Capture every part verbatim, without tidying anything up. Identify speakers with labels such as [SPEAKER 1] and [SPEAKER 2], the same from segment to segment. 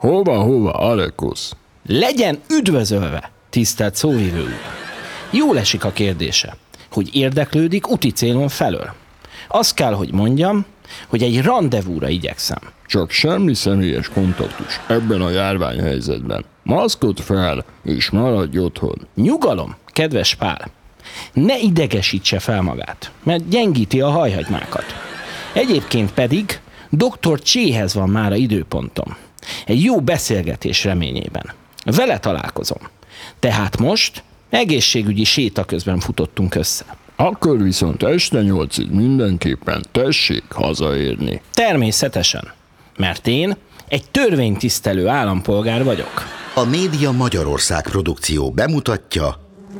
[SPEAKER 1] Hova, hova, Alekusz?
[SPEAKER 2] Legyen üdvözölve, tisztelt szóvivő úr. Jól esik a kérdése, hogy érdeklődik úti célon felől. Azt kell, hogy mondjam, hogy egy randevúra igyekszem.
[SPEAKER 1] Csak semmi személyes kontaktus ebben a járványhelyzetben. Maszkot fel, és maradj otthon.
[SPEAKER 2] Nyugalom, kedves Pál. Ne idegesítse fel magát, mert gyengíti a hajhagymákat. Egyébként pedig doktor Cséhez van már a időpontom. Egy jó beszélgetés reményében. Vele találkozom. Tehát most egészségügyi séta közben futottunk össze.
[SPEAKER 1] Akkor viszont este nyolcig mindenképpen tessék hazaérni.
[SPEAKER 2] Természetesen, mert én egy törvénytisztelő állampolgár vagyok.
[SPEAKER 3] A Média Magyarország produkció bemutatja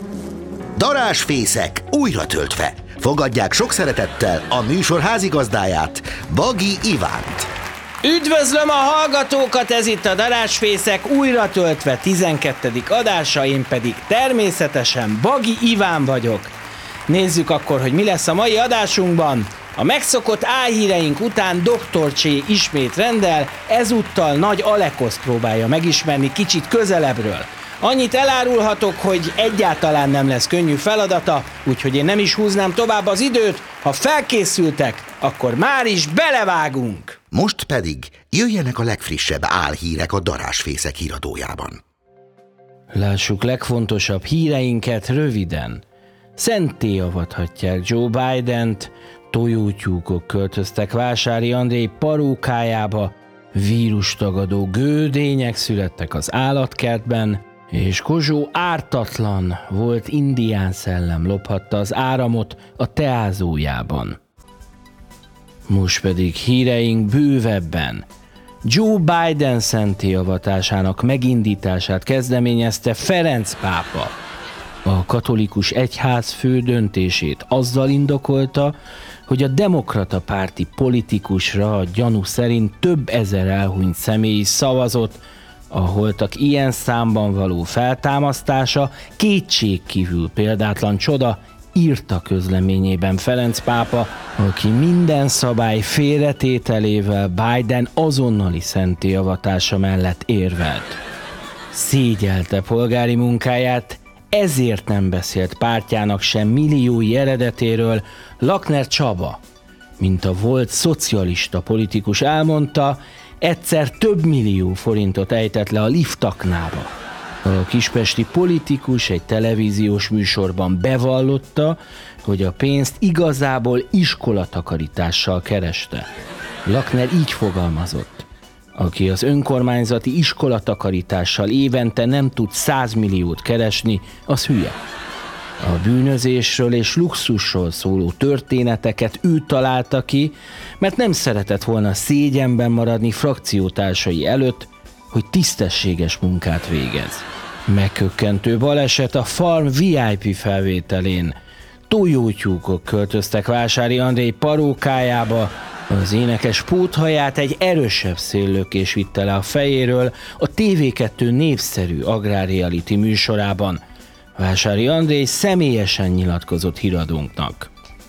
[SPEAKER 3] Darázsfészek újra töltve. Fogadják sok szeretettel a műsor házigazdáját, Bagi Ivánt.
[SPEAKER 2] Üdvözlöm a hallgatókat, ez itt a Darázsfészek újra töltve tizenkettedik adása, én pedig természetesen Bagi Iván vagyok. Nézzük akkor, hogy mi lesz a mai adásunkban. A megszokott álhíreink után doktor Csé ismét rendel, ezúttal Nagy Alekoszt próbálja megismerni kicsit közelebbről. Annyit elárulhatok, hogy egyáltalán nem lesz könnyű feladata, úgyhogy én nem is húznám tovább az időt. Ha felkészültek, akkor már is belevágunk!
[SPEAKER 3] Most pedig jöjjenek a legfrissebb álhírek a Darázsfészek híradójában.
[SPEAKER 2] Lássuk legfontosabb híreinket röviden. Szentté avathatják Joe Bident, tojótyúkok költöztek Vásári André parókájába, vírustagadó gődények születtek az állatkertben, és Kozsó ártatlan volt indián szellem lophatta az áramot a teázójában. Most pedig híreink bővebben. Joe Biden szentté avatásának megindítását kezdeményezte Ferenc pápa. A katolikus egyház fő döntését azzal indokolta, hogy a demokrata párti politikusra a gyanú szerint több ezer elhunyt személy is szavazott, a holtak ilyen számban való feltámasztása kétségkívül példátlan csoda, írta közleményében Ferenc pápa, aki minden szabály félretételével Biden azonnali szentté avatása mellett érvelt. Szégyelte polgári munkáját, ezért nem beszélt pártjának sem milliói eredetéről. Lakner Csaba, mint a volt szocialista politikus elmondta, egyszer több millió forintot ejtett le a liftaknába. A kispesti politikus egy televíziós műsorban bevallotta, hogy a pénzt igazából iskolatakarítással kereste. Lakner így fogalmazott: aki az önkormányzati iskolatakarítással évente nem tud száz milliót keresni, az hülye. A bűnözésről és luxusról szóló történeteket ő találta ki, mert nem szeretett volna szégyenben maradni frakciótársai előtt, hogy tisztességes munkát végez. Megkökkentő baleset a Farm vé i pé felvételén. Tojótyúkok költöztek Vásári André parókájába, az énekes póthaját egy erősebb széllökés vitte le a fejéről a té vé kettő népszerű agrárreality műsorában. Vásári André személyesen nyilatkozott híradónknak.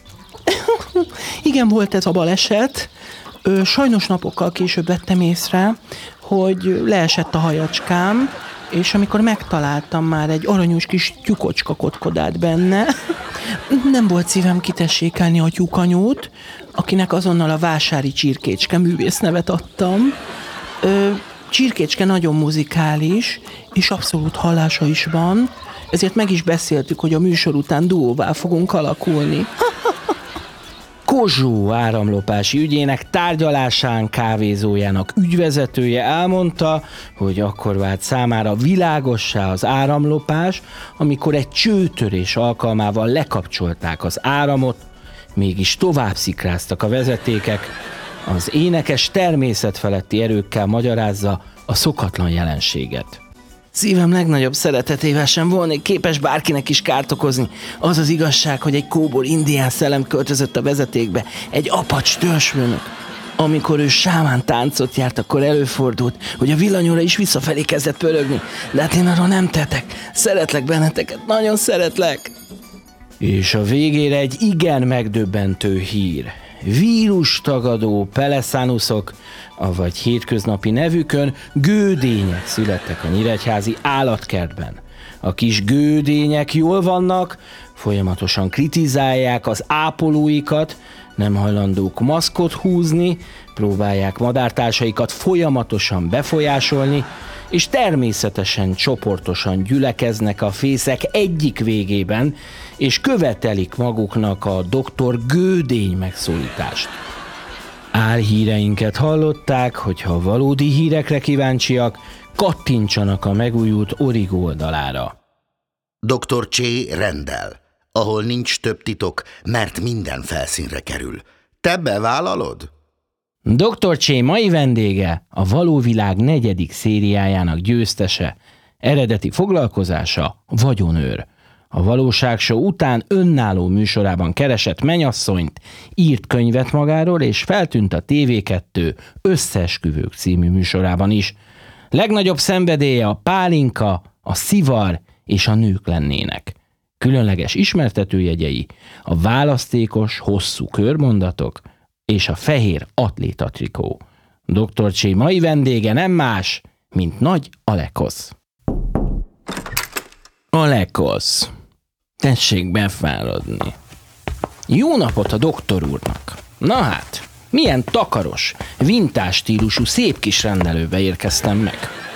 [SPEAKER 4] Igen, volt ez a baleset. Ö, sajnos napokkal később vettem észre, hogy leesett a hajacskám, és amikor megtaláltam, már egy aranyos kis tyúkocska kotkodált benne. Nem volt szívem kitessékelni a tyúkanyót, akinek azonnal a vásári Csirkécske művész nevet adtam. Ö, Csirkécske nagyon muzikális, és abszolút hallása is van, ezért meg is beszéltük, hogy a műsor után duóvá fogunk alakulni.
[SPEAKER 2] Kozsó áramlopási ügyének tárgyalásán kávézójának ügyvezetője elmondta, hogy akkor vált számára világossá az áramlopás, amikor egy csőtörés alkalmával lekapcsolták az áramot, mégis tovább szikráztak a vezetékek. Az énekes természetfeletti erőkkel magyarázza a szokatlan jelenséget.
[SPEAKER 4] Szívem legnagyobb szeretetével sem volnék képes bárkinek is kárt okozni. Az az igazság, hogy egy kóbor indián szellem költözött a vezetékbe, egy apacs törzsfőnök. Amikor ő sámán táncot járt, akkor előfordult, hogy a villanyóra is visszafelé kezdett pörögni. De hát én arról nem tettek. Szeretlek benneteket, nagyon szeretlek.
[SPEAKER 2] És a végére egy igen megdöbbentő hír. vírustagadó peleszánuszok, avagy hétköznapi nevükön gődények születtek a nyíregyházi állatkertben. A kis gődények jól vannak, folyamatosan kritizálják az ápolóikat, nem hajlandók maszkot húzni, próbálják madártársaikat folyamatosan befolyásolni, és természetesen csoportosan gyülekeznek a fészek egyik végében, és követelik maguknak a doktor Gődény megszólítást. Álhíreinket hallották, hogyha valódi hírekre kíváncsiak, kattintsanak a megújult Origo oldalára.
[SPEAKER 3] doktor Csé rendel, ahol nincs több titok, mert minden felszínre kerül. Te bevállalod?
[SPEAKER 2] doktor Csé mai vendége a Való Világ negyedik szériájának győztese, eredeti foglalkozása vagyonőr. A Valóság Show után önálló műsorában keresett menyasszonyt, írt könyvet magáról, és feltűnt a té vé kettő Összeesküvők című műsorában is. Legnagyobb szenvedélye a pálinka, a szivar és a nők lennének. Különleges ismertetőjegyei a választékos, hosszú körmondatok és a fehér atlétatrikó. doktor Csé mai vendége nem más, mint Nagy Alekosz. Alekosz, tessék befáradni. Jó napot a doktor úrnak. Na hát, milyen takaros, vintás stílusú szép kis rendelőbe érkeztem meg.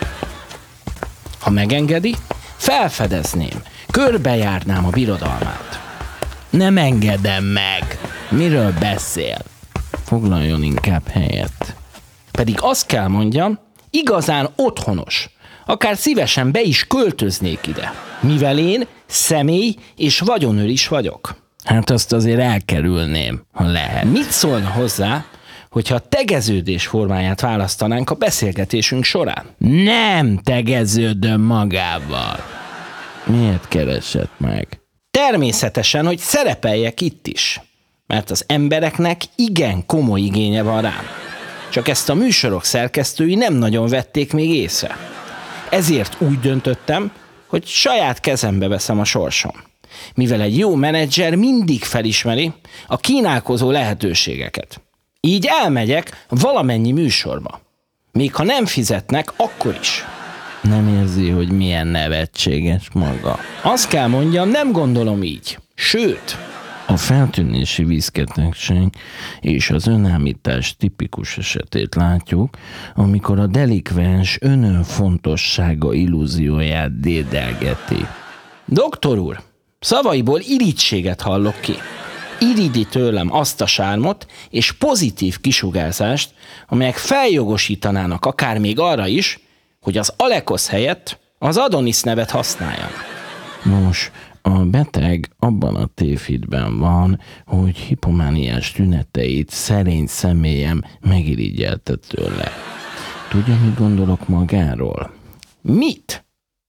[SPEAKER 2] Ha megengedi, felfedezném, körbejárnám a birodalmát. Nem engedem meg. Miről beszél? Foglaljon inkább helyet. Pedig azt kell mondjam, igazán otthonos. Akár szívesen be is költöznék ide. Mivel én személy és vagyonőr is vagyok. Hát azt azért elkerülném, ha lehet. Mit szólna hozzá, hogyha tegeződés formáját választanánk a beszélgetésünk során? Nem tegeződöm magával. Miért keresett meg? Természetesen, hogy szerepeljek itt is. Mert az embereknek igen komoly igénye van rám. Csak ezt a műsorok szerkesztői nem nagyon vették még észre. Ezért úgy döntöttem, hogy saját kezembe veszem a sorsom. Mivel egy jó menedzser mindig felismeri a kínálkozó lehetőségeket. Így elmegyek valamennyi műsorba. Még ha nem fizetnek, akkor is. Nem érzi, hogy milyen nevetséges maga. Azt kell mondjam, nem gondolom így. Sőt, a feltűnési vízketegség és az önállítás tipikus esetét látjuk, amikor a delikvens önönfontossága illúzióját dédelgeti. Doktor úr, szavaiból irítséget hallok ki. Iridi tőlem azt a sármot és pozitív kisugárzást, amelyek feljogosítanának akár még arra is, hogy az Alekosz helyett az Adonis nevet használjam. Nos, a beteg abban a tévhitben van, hogy hipomániás tüneteit szerény személyem megirigyelte tőle. Tudja, mit gondolok magáról? Mit?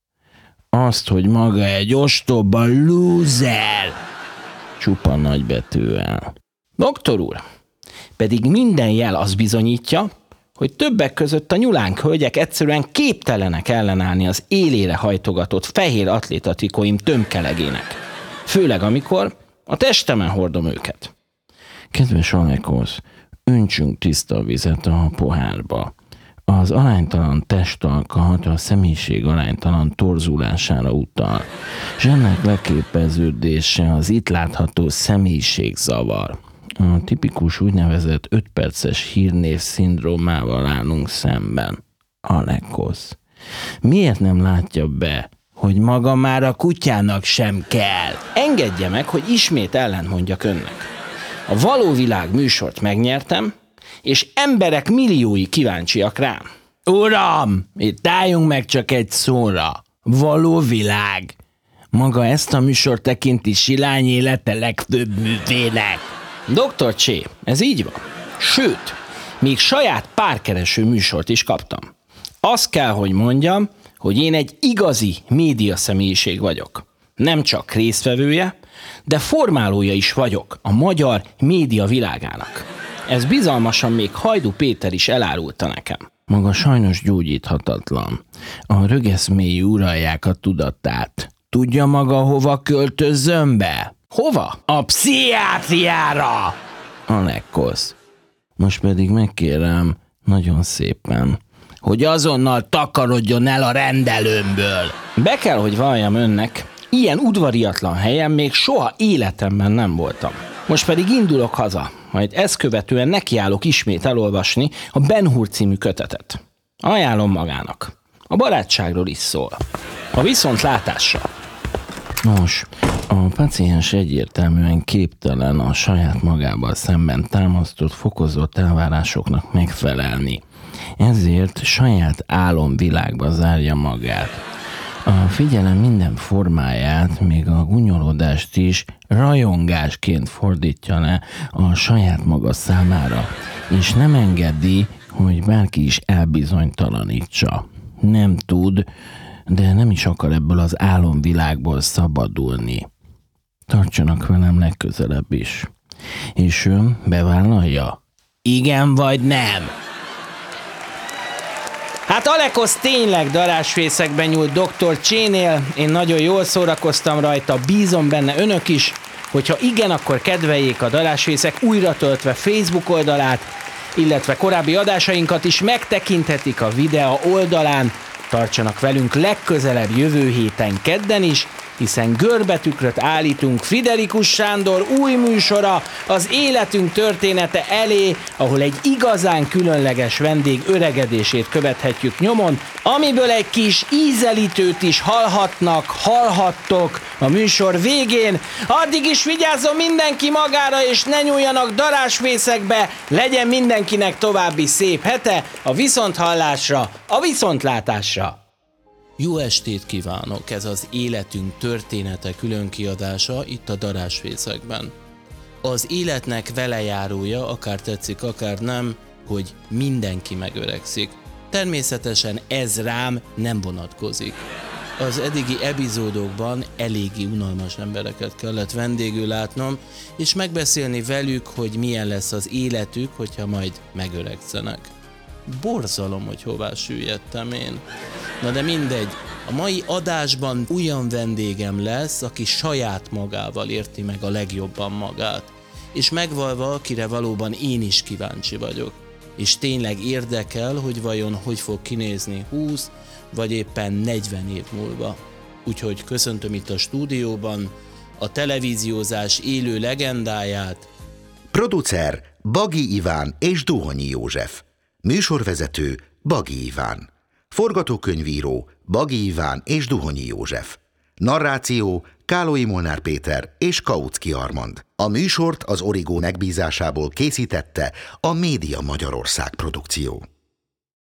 [SPEAKER 2] Azt, hogy maga egy ostoba lúzer, csupa nagybetűvel. Doktor úr, pedig minden jel azt bizonyítja, hogy többek között a nyulánk hölgyek egyszerűen képtelenek ellenállni az élére hajtogatott fehér atlétatrikóim tömkelegének. Főleg amikor a testemen hordom őket. Kedves Alekosz, öntsünk tiszta vizet a pohárba. Az aránytalan testalkat a személyiség aránytalan torzulására utal, és ennek leképeződése az itt látható személyiségzavar. A tipikus úgynevezett öt perces hírnév szindrómával állunk szemben. Alekosz, miért nem látja be, hogy maga már a kutyának sem kell? Engedje meg, hogy ismét ellentmondjak önnek. A Való Világ műsort megnyertem, és emberek milliói kíváncsiak rám. Uram, itt álljunk meg csak egy szóra. Való Világ. Maga ezt a műsort tekinti Silány élete legfőbb művének. doktor Csé, ez így van. Sőt, még saját párkereső műsort is kaptam. Azt kell, hogy mondjam, hogy én egy igazi média személyiség vagyok. Nem csak résztvevője, de formálója is vagyok a magyar média világának. Ez bizalmasan még Hajdú Péter is elárulta nekem. Maga sajnos gyógyíthatatlan. A rögeszmélyű uralják a tudatát. Tudja maga, hova költözzön be? Hova? A pszichiátriára! Alekosz. Most pedig megkérem nagyon szépen, hogy azonnal takarodjon el a rendelőmből. Be kell, hogy valljam önnek, ilyen udvariatlan helyen még soha életemben nem voltam. Most pedig indulok haza, majd ezt követően nekiállok ismét elolvasni a Ben Hur című kötetet. Ajánlom magának. A barátságról is szól. A viszontlátásra. Nos, a paciens egyértelműen képtelen a saját magával szemben támasztott fokozott elvárásoknak megfelelni. Ezért saját álomvilágba zárja magát. A figyelem minden formáját, még a gúnyolódást is rajongásként fordítja le a saját maga számára, és nem engedi, hogy bárki is elbizonytalanítsa. Nem tud, de nem is akar ebből az álomvilágból szabadulni. Tartsanak velem legközelebb is. És ő bevállalja? Igen vagy nem? Hát Alekosz tényleg darázsfészekben nyúlt doktor Csénél, én nagyon jól szórakoztam rajta, bízom benne önök is, hogyha igen, akkor kedveljék a darázsfészek újra töltve Facebook oldalát, illetve korábbi adásainkat is megtekinthetik a videó oldalán, tartsanak velünk legközelebb jövő héten kedden is, hiszen görbetükröt állítunk Friderikus Sándor új műsora az életünk története elé, ahol egy igazán különleges vendég öregedését követhetjük nyomon, amiből egy kis ízelítőt is hallhatnak, hallhattok a műsor végén. Addig is vigyázzon mindenki magára, és ne nyúljanak darázsfészekbe, legyen mindenkinek további szép hete, a viszonthallásra, a viszontlátásra! Jó estét kívánok! Ez az Életünk története különkiadása itt a darázsfészekben. Az életnek velejárója, akár tetszik, akár nem, hogy mindenki megöregszik. Természetesen ez rám nem vonatkozik. Az eddigi epizódokban eléggé unalmas embereket kellett vendégül látnom, és megbeszélni velük, hogy milyen lesz az életük, hogyha majd megöregszenek. Borzalom, hogy hová süllyedtem én. Na de mindegy, a mai adásban olyan vendégem lesz, aki saját magával érti meg a legjobban magát. És megvalva, akire valóban én is kíváncsi vagyok. És tényleg érdekel, hogy vajon hogy fog kinézni húsz vagy éppen negyven év múlva. Úgyhogy köszöntöm itt a stúdióban a televíziózás élő legendáját.
[SPEAKER 3] Producer Bagi Iván és Duhonyi József. Műsorvezető Bagi Iván. Forgatókönyvíró Bagi Iván és Duhonyi József. Narráció Kálói Molnár Péter és Kautsky Armand. A műsort az Origo megbízásából készítette a Média Magyarország produkció.